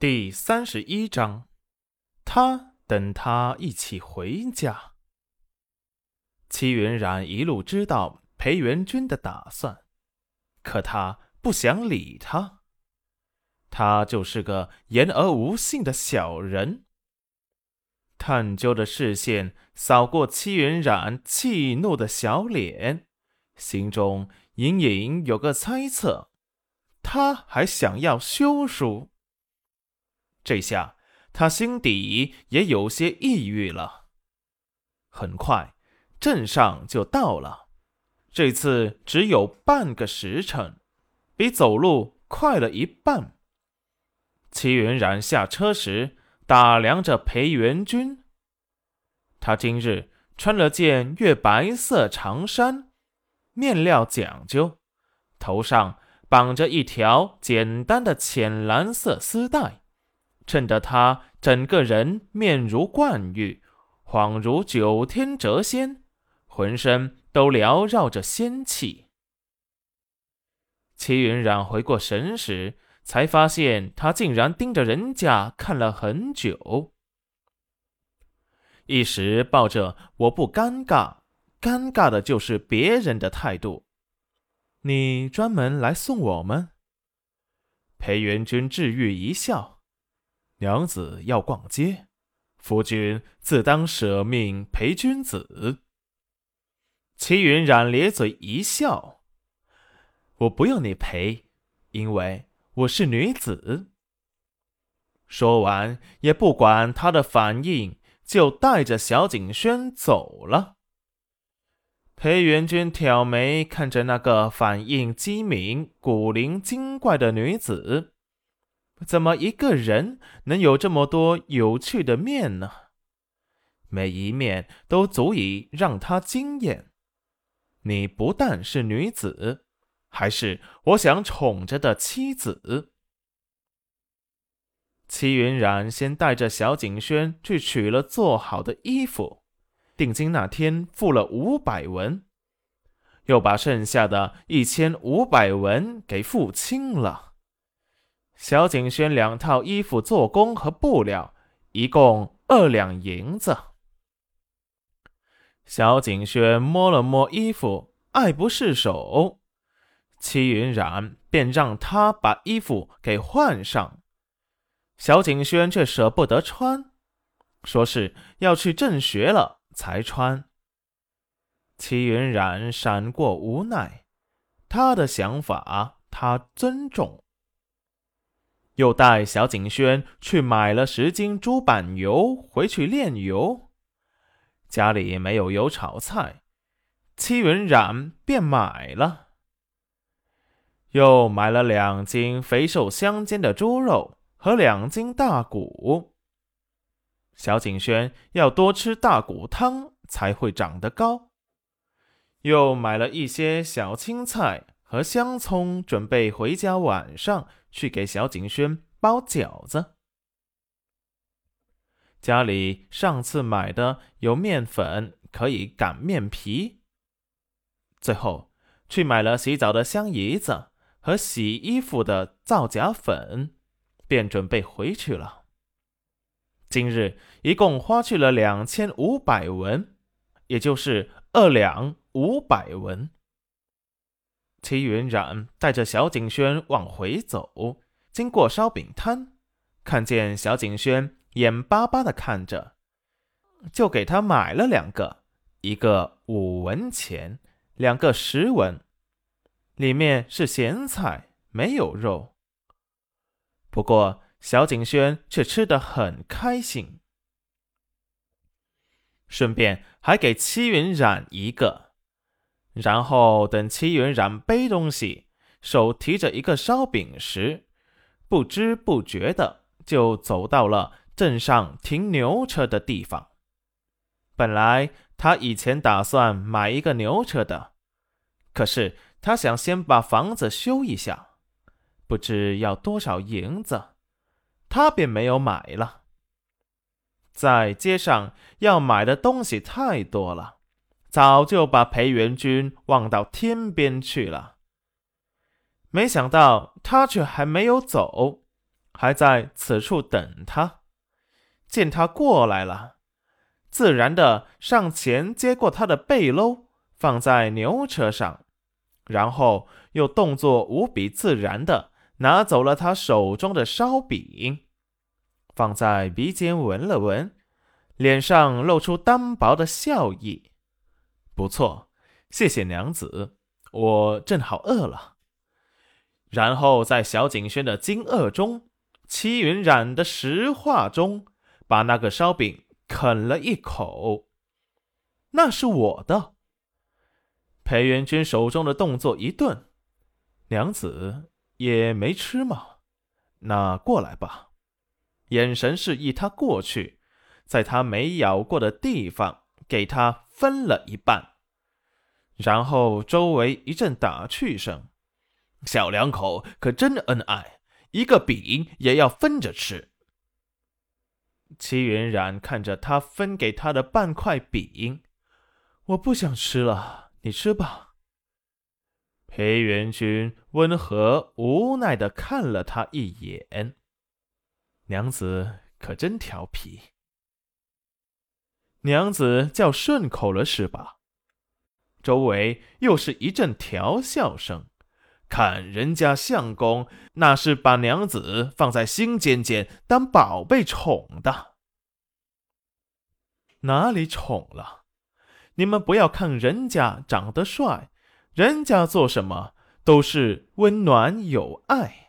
第31章，他等他一起回家。戚云染一路知道裴元君的打算，可他不想理他。他就是个言而无信的小人。探究的视线扫过戚云染气怒的小脸，心中隐隐有个猜测，他还想要休书。这下他心底也有些抑郁了。很快镇上就到了，这次只有半个时辰，比走路快了一半。戚云染下车时打量着裴元君，他今日穿了件月白色长衫，面料讲究，头上绑着一条简单的浅蓝色丝带，衬得他整个人面如冠玉，恍如9天谪仙，浑身都缭绕着仙气。戚云染回过神时，才发现他竟然盯着人家看了很久，一时抱着我不尴尬，尴尬的就是别人的态度。你专门来送我们？裴元君治愈一笑，娘子要逛街，夫君自当舍命陪君子。戚云染咧嘴一笑，我不用你陪，因为我是女子。说完也不管他的反应，就带着小景轩走了。裴元君挑眉看着那个反应机敏、古灵精怪的女子，怎么一个人能有这么多有趣的面呢？每一面都足以让他惊艳。你不但是女子，还是我想宠着的妻子。戚云染先带着小景轩去取了做好的衣服，定金那天付了500文，又把剩下的1500文给付清了。小景轩2套衣服做工和布料，一共2两银子。小景轩摸了摸衣服，爱不释手，戚云染便让他把衣服给换上。小景轩却舍不得穿，说是要去正学了才穿。戚云染闪过无奈，他的想法他尊重。又带小景轩去买了10斤猪板油回去炼油。家里没有油炒菜，戚云染便买了。又买了2斤肥瘦相间的猪肉和2斤大骨。小景轩要多吃大骨汤才会长得高。又买了一些小青菜和香葱，准备回家晚上去给小景轩包饺子。家里上次买的有面粉可以擀面皮。最后去买了洗澡的香姨子和洗衣服的皂荚粉，便准备回去了。今日一共花去了2500文，也就是2两500文。戚云染带着小景轩往回走，经过烧饼摊，看见小景轩眼巴巴地看着，就给他买了2个，一个5文钱，2个10文，里面是咸菜，没有肉。不过小景轩却吃得很开心，顺便还给戚云染1个。然后等戚云染背东西，手提着一个烧饼时，不知不觉的就走到了镇上停牛车的地方。本来他以前打算买一个牛车的，可是他想先把房子修一下，不知要多少银子，他便没有买了。在街上要买的东西太多了，早就把裴元君忘到天边去了。没想到他却还没有走， 还在此处等他。见他过来了，自然的上前接过他的背篓，放在牛车上，然后又动作无比自然的拿走了他手中的烧饼，放在鼻尖闻了闻，脸上露出单薄的笑意。不错，谢谢娘子，我正好饿了。然后在小景轩的惊愕中，戚云染的实话中，把那个烧饼啃了一口。那是我的。裴元君手中的动作一顿，娘子也没吃吗？那过来吧。眼神示意他过去，在他没咬过的地方给他分了一半。然后周围一阵打趣声，小两口可真恩爱，一个饼也要分着吃。戚云染看着他分给他的半块饼，我不想吃了，你吃吧。裴元君温和无奈地看了他一眼，娘子可真调皮。娘子叫顺口了是吧？周围又是一阵调笑声，看人家相公那是把娘子放在心尖尖当宝贝宠的。哪里宠了？你们不要看人家长得帅，人家做什么都是温暖有爱。